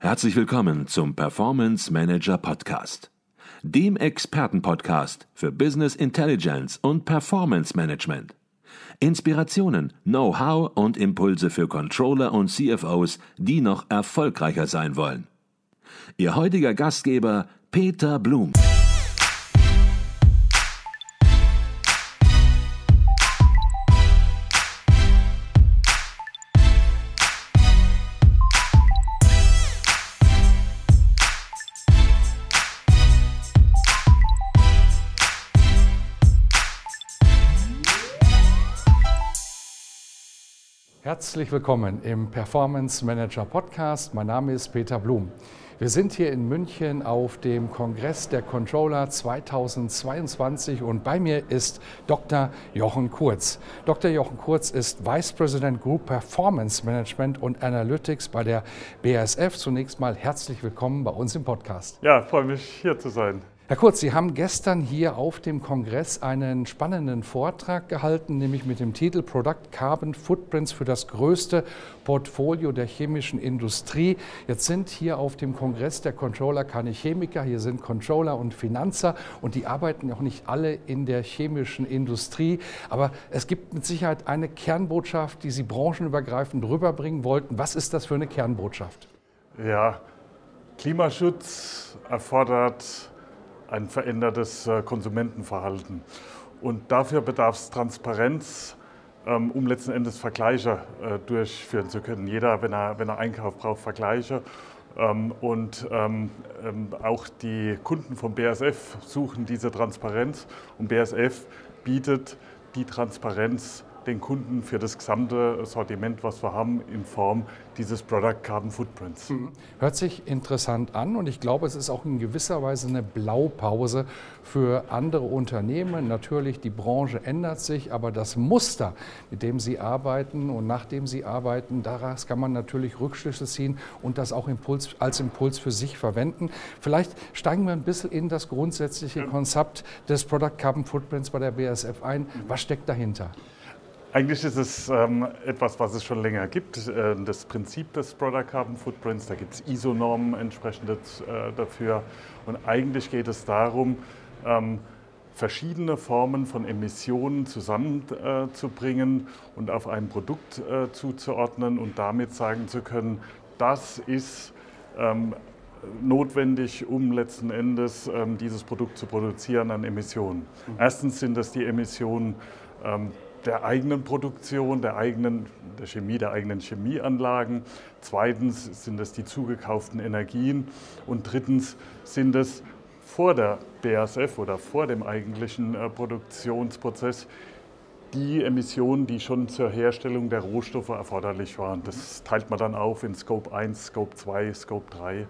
Herzlich willkommen zum Performance Manager Podcast, dem Expertenpodcast für Business Intelligence und Performance Management. Inspirationen, Know-how und Impulse für Controller und CFOs, die noch erfolgreicher sein wollen. Ihr heutiger Gastgeber Peter Blum. Herzlich willkommen im Performance Manager Podcast. Mein Name ist Peter Blum. Wir sind hier in München auf dem Kongress der Controller 2022 und bei mir ist Dr. Jochen Kurz. Dr. Jochen Kurz ist Vice President Group Performance Management und Analytics bei der BASF. Zunächst mal herzlich willkommen bei uns im Podcast. Ja, freue mich hier zu sein. Herr Kurz, Sie haben gestern hier auf dem Kongress einen spannenden Vortrag gehalten, nämlich mit dem Titel Product Carbon Footprints für das größte Portfolio der chemischen Industrie. Jetzt sind hier auf dem Kongress der Controller keine Chemiker, hier sind Controller und Finanzer und die arbeiten auch nicht alle in der chemischen Industrie. Aber es gibt mit Sicherheit eine Kernbotschaft, die Sie branchenübergreifend rüberbringen wollten. Was ist das für eine Kernbotschaft? Ja, Klimaschutz erfordert ein verändertes Konsumentenverhalten. Und dafür bedarf es Transparenz, um letzten Endes Vergleiche durchführen zu können. Jeder, wenn er einkauft, braucht Vergleiche. Und auch die Kunden von BASF suchen diese Transparenz. Und BASF bietet die Transparenz den Kunden für das gesamte Sortiment, was wir haben, in Form dieses Product Carbon Footprints. Hört sich interessant an und ich glaube, es ist auch in gewisser Weise eine Blaupause für andere Unternehmen. Natürlich, die Branche ändert sich, aber das Muster, mit dem Sie arbeiten und nach dem Sie arbeiten, daraus kann man natürlich Rückschlüsse ziehen und das auch als Impuls für sich verwenden. Vielleicht steigen wir ein bisschen in das grundsätzliche Konzept des Product Carbon Footprints bei der BASF ein. Was steckt dahinter? Eigentlich ist es etwas, was es schon länger gibt, das Prinzip des Product Carbon Footprints. Da gibt es ISO-Normen entsprechend dafür. Und eigentlich geht es darum, verschiedene Formen von Emissionen zusammenzubringen und auf ein Produkt zuzuordnen und damit sagen zu können, das ist notwendig, um letzten Endes dieses Produkt zu produzieren an Emissionen. Erstens sind das die Emissionen der eigenen Produktion, der eigenen Chemieanlagen. Zweitens sind es die zugekauften Energien. Und drittens sind es vor der BASF oder vor dem eigentlichen Produktionsprozess die Emissionen, die schon zur Herstellung der Rohstoffe erforderlich waren. Das teilt man dann auf in Scope 1, Scope 2, Scope 3.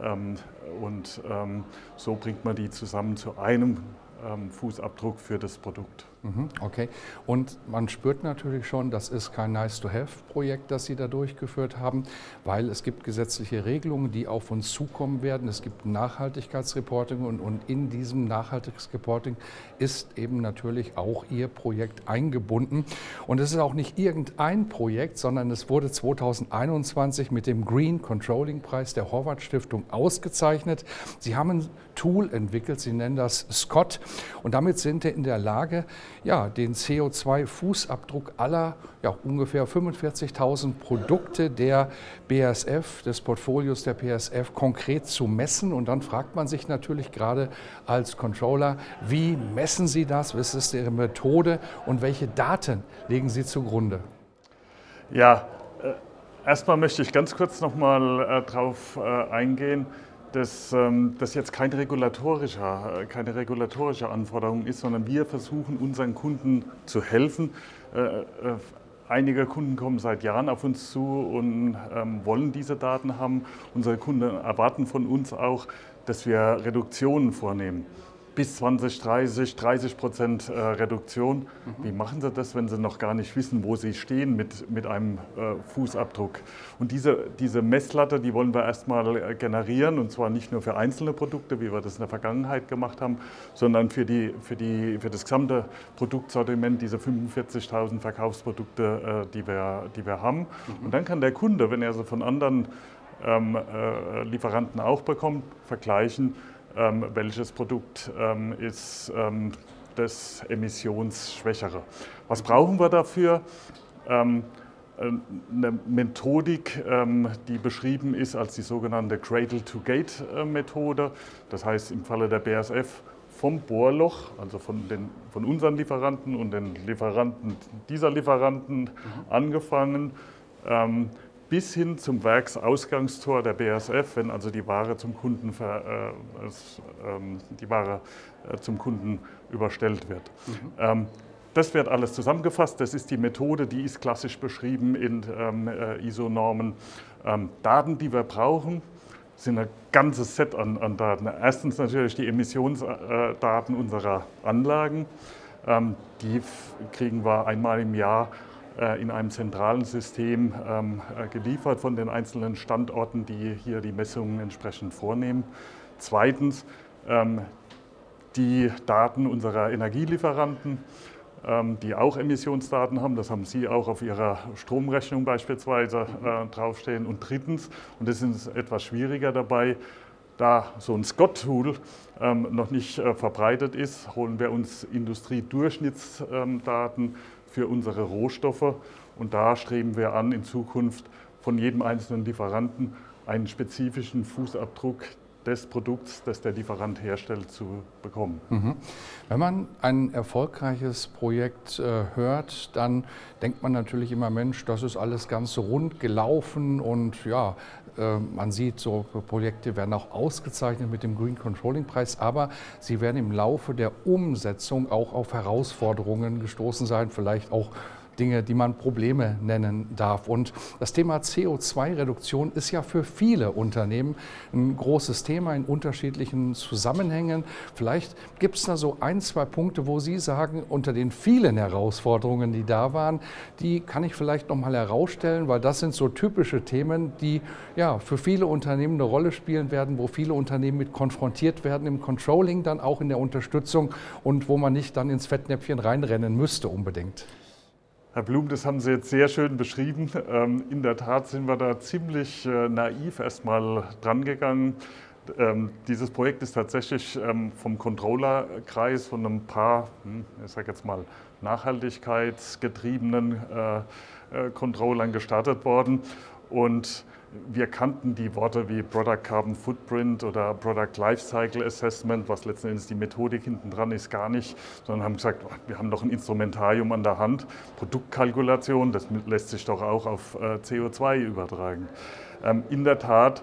Und so bringt man die zusammen zu einem Fußabdruck für das Produkt. Okay. Und man spürt natürlich schon, das ist kein Nice-to-have-Projekt, das Sie da durchgeführt haben, weil es gibt gesetzliche Regelungen, die auf uns zukommen werden. Es gibt Nachhaltigkeitsreporting und in diesem Nachhaltigkeitsreporting ist eben natürlich auch Ihr Projekt eingebunden. Und es ist auch nicht irgendein Projekt, sondern es wurde 2021 mit dem Green Controlling Preis der Horvath Stiftung ausgezeichnet. Sie haben ein Tool entwickelt, Sie nennen das Scott, und damit sind Sie in der Lage, den CO2-Fußabdruck aller ungefähr 45.000 Produkte der BASF, des Portfolios der BASF, konkret zu messen. Und dann fragt man sich natürlich gerade als Controller, wie messen Sie das, was ist Ihre Methode und welche Daten legen Sie zugrunde? Ja, erstmal möchte ich ganz kurz noch mal drauf eingehen, dass das jetzt keine regulatorische Anforderung ist, sondern wir versuchen unseren Kunden zu helfen. Einige Kunden kommen seit Jahren auf uns zu und wollen diese Daten haben. Unsere Kunden erwarten von uns auch, dass wir Reduktionen vornehmen. Bis 2030, 30% Reduktion. Wie machen Sie das, wenn Sie noch gar nicht wissen, wo Sie stehen mit einem Fußabdruck? Und diese Messlatte, die wollen wir erstmal generieren, und zwar nicht nur für einzelne Produkte, wie wir das in der Vergangenheit gemacht haben, sondern für das gesamte Produktsortiment, diese 45.000 Verkaufsprodukte, die wir haben. Und dann kann der Kunde, wenn er sie von anderen Lieferanten auch bekommen, vergleichen, welches Produkt ist das emissionsschwächere. Was brauchen wir dafür? Eine Methodik, die beschrieben ist als die sogenannte Cradle-to-Gate-Methode. Das heißt im Falle der BASF vom Bohrloch, also von unseren Lieferanten und den Lieferanten dieser Lieferanten angefangen, bis hin zum Werksausgangstor der BASF, wenn also die Ware zum Kunden, zum Kunden überstellt wird. Das wird alles zusammengefasst. Das ist die Methode, die ist klassisch beschrieben in ISO-Normen. Daten, die wir brauchen, sind ein ganzes Set an Daten. Erstens natürlich die Emissionsdaten unserer Anlagen. Die kriegen wir einmal im Jahr in einem zentralen System geliefert von den einzelnen Standorten, die hier die Messungen entsprechend vornehmen. Zweitens die Daten unserer Energielieferanten, die auch Emissionsdaten haben. Das haben Sie auch auf Ihrer Stromrechnung beispielsweise draufstehen. Und drittens, und das ist etwas schwieriger dabei, da so ein SCOT-Tool noch nicht verbreitet ist, holen wir uns Industriedurchschnittsdaten für unsere Rohstoffe. Und da streben wir an, in Zukunft von jedem einzelnen Lieferanten einen spezifischen Fußabdruck des Produkts, das der Lieferant herstellt, zu bekommen. Wenn man ein erfolgreiches Projekt hört, dann denkt man natürlich immer, Mensch, das ist alles ganz rund gelaufen und ja, man sieht, so Projekte werden auch ausgezeichnet mit dem Green Controlling Preis, aber sie werden im Laufe der Umsetzung auch auf Herausforderungen gestoßen sein, vielleicht auch Dinge, die man Probleme nennen darf. Und das Thema CO2-Reduktion ist ja für viele Unternehmen ein großes Thema in unterschiedlichen Zusammenhängen. Vielleicht gibt es da so ein, zwei Punkte, wo Sie sagen, unter den vielen Herausforderungen, die da waren, die kann ich vielleicht noch mal herausstellen, weil das sind so typische Themen, die ja für viele Unternehmen eine Rolle spielen werden, wo viele Unternehmen mit konfrontiert werden im Controlling, dann auch in der Unterstützung und wo man nicht dann ins Fettnäpfchen reinrennen müsste unbedingt. Herr Blum, das haben Sie jetzt sehr schön beschrieben. In der Tat sind wir da ziemlich naiv erstmal dran gegangen. Dieses Projekt ist tatsächlich vom Controllerkreis von ein paar, ich sage jetzt mal, nachhaltigkeitsgetriebenen Controllern gestartet worden. Und wir kannten die Worte wie Product Carbon Footprint oder Product Lifecycle Assessment, was letzten Endes die Methodik hinten dran ist, gar nicht, sondern haben gesagt, wir haben doch ein Instrumentarium an der Hand, Produktkalkulation, das lässt sich doch auch auf CO2 übertragen. In der Tat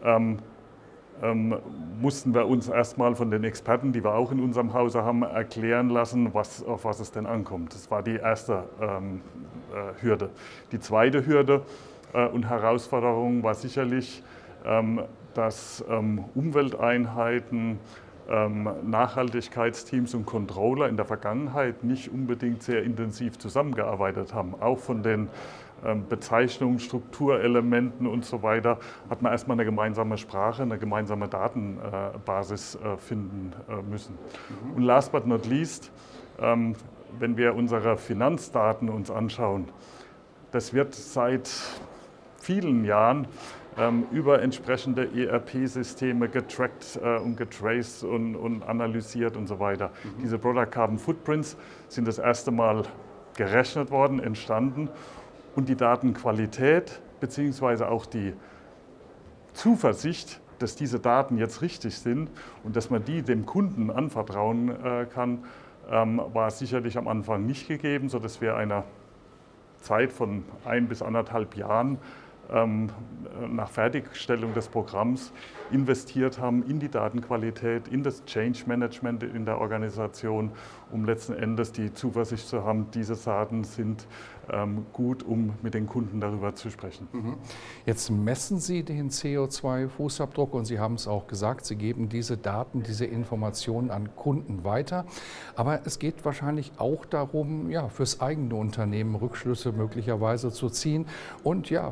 mussten wir uns erstmal von den Experten, die wir auch in unserem Hause haben, erklären lassen, auf was es denn ankommt. Das war die erste Hürde. Die zweite Hürde und Herausforderung war sicherlich, dass Umwelteinheiten, Nachhaltigkeitsteams und Controller in der Vergangenheit nicht unbedingt sehr intensiv zusammengearbeitet haben. Auch von den Bezeichnungen, Strukturelementen und so weiter hat man erstmal eine gemeinsame Sprache, eine gemeinsame Datenbasis finden müssen. Und last but not least, wenn wir unsere Finanzdaten uns anschauen, das wird seit vielen Jahren über entsprechende ERP-Systeme getrackt und getraced und analysiert und so weiter. Diese Product Carbon Footprints sind das erste Mal gerechnet worden, entstanden und die Datenqualität bzw. auch die Zuversicht, dass diese Daten jetzt richtig sind und dass man die dem Kunden anvertrauen kann, war sicherlich am Anfang nicht gegeben, sodass wir einer Zeit von 1 bis 1,5 Jahren nach Fertigstellung des Programms investiert haben in die Datenqualität, in das Change Management in der Organisation, um letzten Endes die Zuversicht zu haben, diese Daten sind gut, um mit den Kunden darüber zu sprechen. Jetzt messen Sie den CO2-Fußabdruck und Sie haben es auch gesagt, Sie geben diese Daten, diese Informationen an Kunden weiter. Aber es geht wahrscheinlich auch darum, ja, fürs eigene Unternehmen Rückschlüsse möglicherweise zu ziehen und ja, vielleicht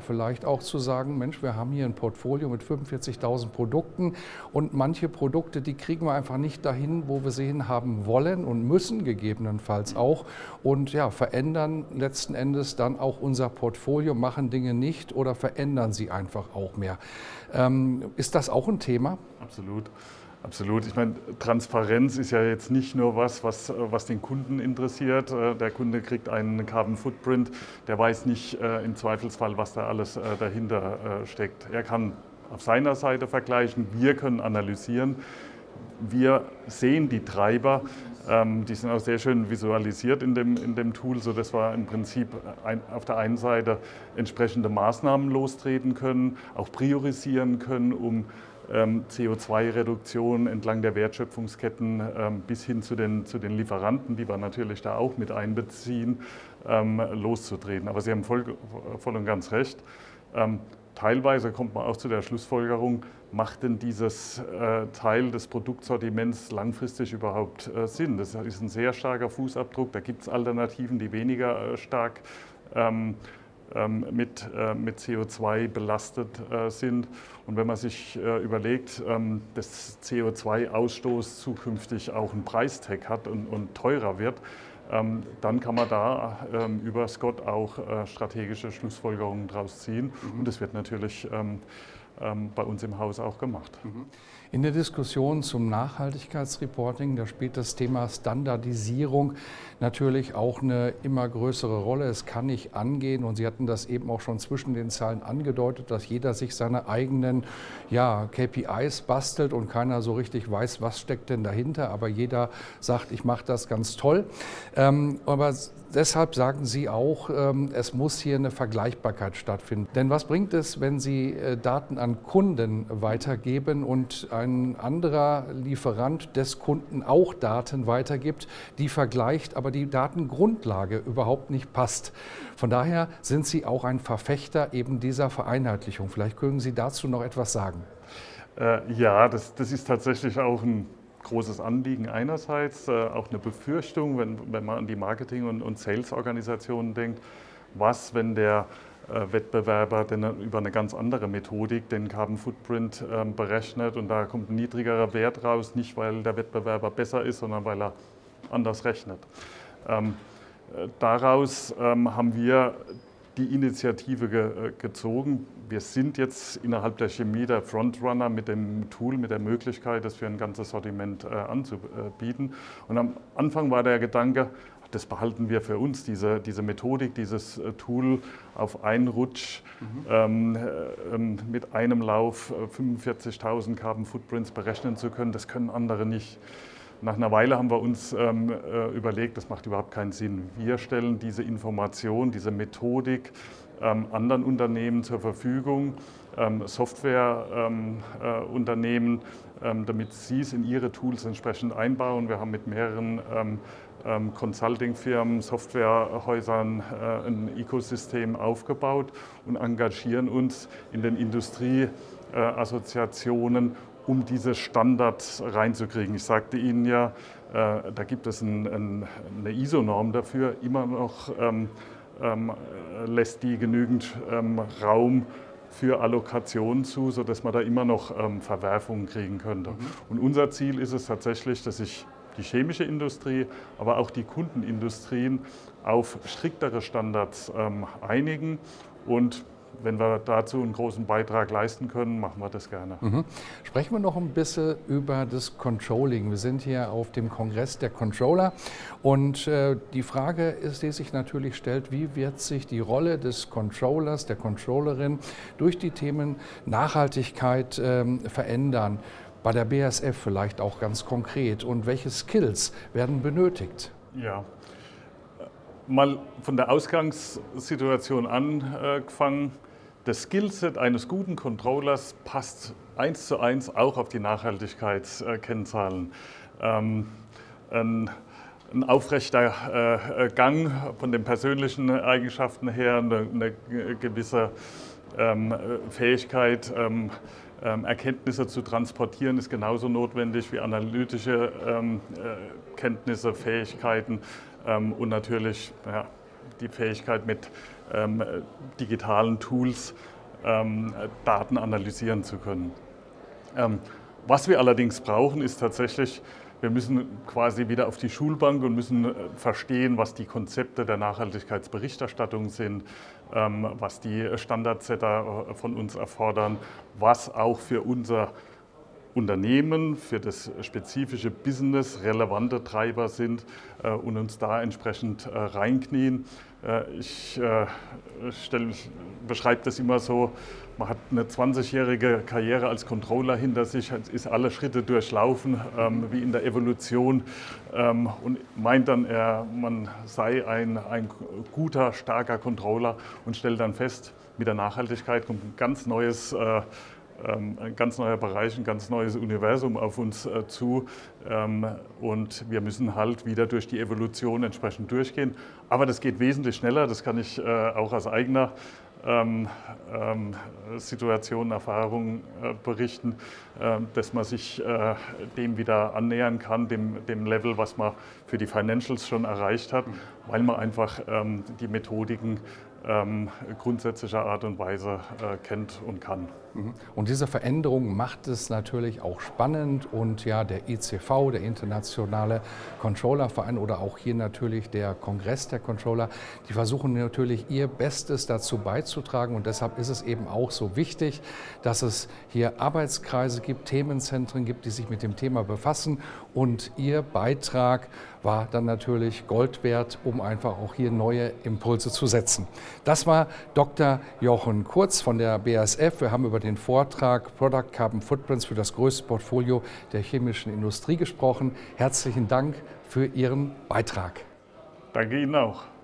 auch zu sagen, Mensch, wir haben hier ein Portfolio mit 45.000 Produkten und manche Produkte, die kriegen wir einfach nicht dahin, wo wir sie hin haben wollen und müssen gegebenenfalls auch und ja, verändern letzten Endes dann auch unser Portfolio, machen Dinge nicht oder verändern sie einfach auch mehr. Ist das auch ein Thema? Absolut. Absolut. Ich meine, Transparenz ist ja jetzt nicht nur was den Kunden interessiert. Der Kunde kriegt einen Carbon Footprint, der weiß nicht im Zweifelsfall, was da alles dahinter steckt. Er kann auf seiner Seite vergleichen, wir können analysieren. Wir sehen die Treiber, die sind auch sehr schön visualisiert in dem Tool, sodass wir im Prinzip auf der einen Seite entsprechende Maßnahmen lostreten können, auch priorisieren können, um CO2-Reduktion entlang der Wertschöpfungsketten bis hin zu den Lieferanten, die wir natürlich da auch mit einbeziehen, loszutreten. Aber Sie haben voll und ganz recht. Teilweise kommt man auch zu der Schlussfolgerung, macht denn dieses Teil des Produktsortiments langfristig überhaupt Sinn? Das ist ein sehr starker Fußabdruck, da gibt es Alternativen, die weniger stark mit CO2 belastet sind. Und wenn man sich überlegt, dass CO2-Ausstoß zukünftig auch einen Preistag hat und teurer wird, dann kann man da über Scott auch strategische Schlussfolgerungen draus ziehen. Und das wird natürlich bei uns im Haus auch gemacht. In der Diskussion zum Nachhaltigkeitsreporting, da spielt das Thema Standardisierung natürlich auch eine immer größere Rolle. Es kann nicht angehen, und Sie hatten das eben auch schon zwischen den Zeilen angedeutet, dass jeder sich seine eigenen KPIs bastelt und keiner so richtig weiß, was steckt denn dahinter. Aber jeder sagt, ich mache das ganz toll. Aber deshalb sagen Sie auch, es muss hier eine Vergleichbarkeit stattfinden. Denn was bringt es, wenn Sie Daten an Kunden weitergeben und ein anderer Lieferant des Kunden auch Daten weitergibt, die vergleicht, aber die Datengrundlage überhaupt nicht passt? Von daher sind Sie auch ein Verfechter eben dieser Vereinheitlichung. Vielleicht können Sie dazu noch etwas sagen. Ja, das ist tatsächlich auch ein großes Anliegen einerseits, auch eine Befürchtung, wenn man an die Marketing- und Sales-Organisationen denkt, was, wenn der Wettbewerber denn über eine ganz andere Methodik den Carbon Footprint berechnet und da kommt ein niedrigerer Wert raus, nicht weil der Wettbewerber besser ist, sondern weil er anders rechnet. Daraus haben wir die Initiative gezogen. Wir sind jetzt innerhalb der Chemie der Frontrunner mit dem Tool, mit der Möglichkeit, das für ein ganzes Sortiment anzubieten. Und am Anfang war der Gedanke, das behalten wir für uns, diese Methodik, dieses Tool auf einen Rutsch mit einem Lauf 45.000 Carbon Footprints berechnen zu können, das können andere nicht. Nach einer Weile haben wir uns überlegt, das macht überhaupt keinen Sinn. Wir stellen diese Information, diese Methodik anderen Unternehmen zur Verfügung, Softwareunternehmen, damit sie es in ihre Tools entsprechend einbauen. Wir haben mit mehreren Consulting-Firmen, Softwarehäusern ein Ökosystem aufgebaut und engagieren uns in den Industrieassoziationen, um diese Standards reinzukriegen. Ich sagte Ihnen ja, da gibt es eine ISO-Norm dafür. Immer noch lässt die genügend Raum für Allokationen zu, sodass man da immer noch Verwerfungen kriegen könnte. Und unser Ziel ist es tatsächlich, dass sich die chemische Industrie, aber auch die Kundenindustrien auf striktere Standards einigen. Und wenn wir dazu einen großen Beitrag leisten können, machen wir das gerne. Sprechen wir noch ein bisschen über das Controlling. Wir sind hier auf dem Kongress der Controller und die Frage ist, die sich natürlich stellt, wie wird sich die Rolle des Controllers, der Controllerin durch die Themen Nachhaltigkeit verändern? Bei der BASF vielleicht auch ganz konkret. Und welche Skills werden benötigt? Ja, mal von der Ausgangssituation angefangen. Das Skillset eines guten Controllers passt 1:1 auch auf die Nachhaltigkeitskennzahlen. Ein aufrechter Gang von den persönlichen Eigenschaften her, eine gewisse Fähigkeit, Erkenntnisse zu transportieren, ist genauso notwendig wie analytische Kenntnisse, Fähigkeiten und natürlich die Fähigkeit mit digitalen Tools Daten analysieren zu können. Was wir allerdings brauchen, ist tatsächlich, wir müssen quasi wieder auf die Schulbank und müssen verstehen, was die Konzepte der Nachhaltigkeitsberichterstattung sind, was die Standardsetter von uns erfordern, was auch für unser Unternehmen, für das spezifische Business relevante Treiber sind und uns da entsprechend reinknien. Ich beschreibe das immer so, man hat eine 20-jährige Karriere als Controller hinter sich, ist alle Schritte durchlaufen, wie in der Evolution, und meint dann, man sei ein guter, starker Controller und stellt dann fest, mit der Nachhaltigkeit kommt ein ganz neuer Bereich, ein ganz neues Universum auf uns zu, und wir müssen halt wieder durch die Evolution entsprechend durchgehen. Aber das geht wesentlich schneller, das kann ich auch aus eigener Situation, Erfahrung berichten, dass man sich dem wieder annähern kann, dem Level, was man für die Financials schon erreicht hat, weil man einfach die Methodiken grundsätzlicher Art und Weise kennt und kann. Und diese Veränderung macht es natürlich auch spannend, und ja, der ICV, der Internationale Controllerverein, oder auch hier natürlich der Kongress der Controller, die versuchen natürlich ihr Bestes dazu beizutragen, und deshalb ist es eben auch so wichtig, dass es hier Arbeitskreise gibt, Themenzentren gibt, die sich mit dem Thema befassen, und ihr Beitrag war dann natürlich Gold wert, um einfach auch hier neue Impulse zu setzen. Das war Dr. Jochen Kurz von der BASF. Wir haben über den Vortrag Product Carbon Footprints für das größte Portfolio der chemischen Industrie gesprochen. Herzlichen Dank für Ihren Beitrag. Danke Ihnen auch.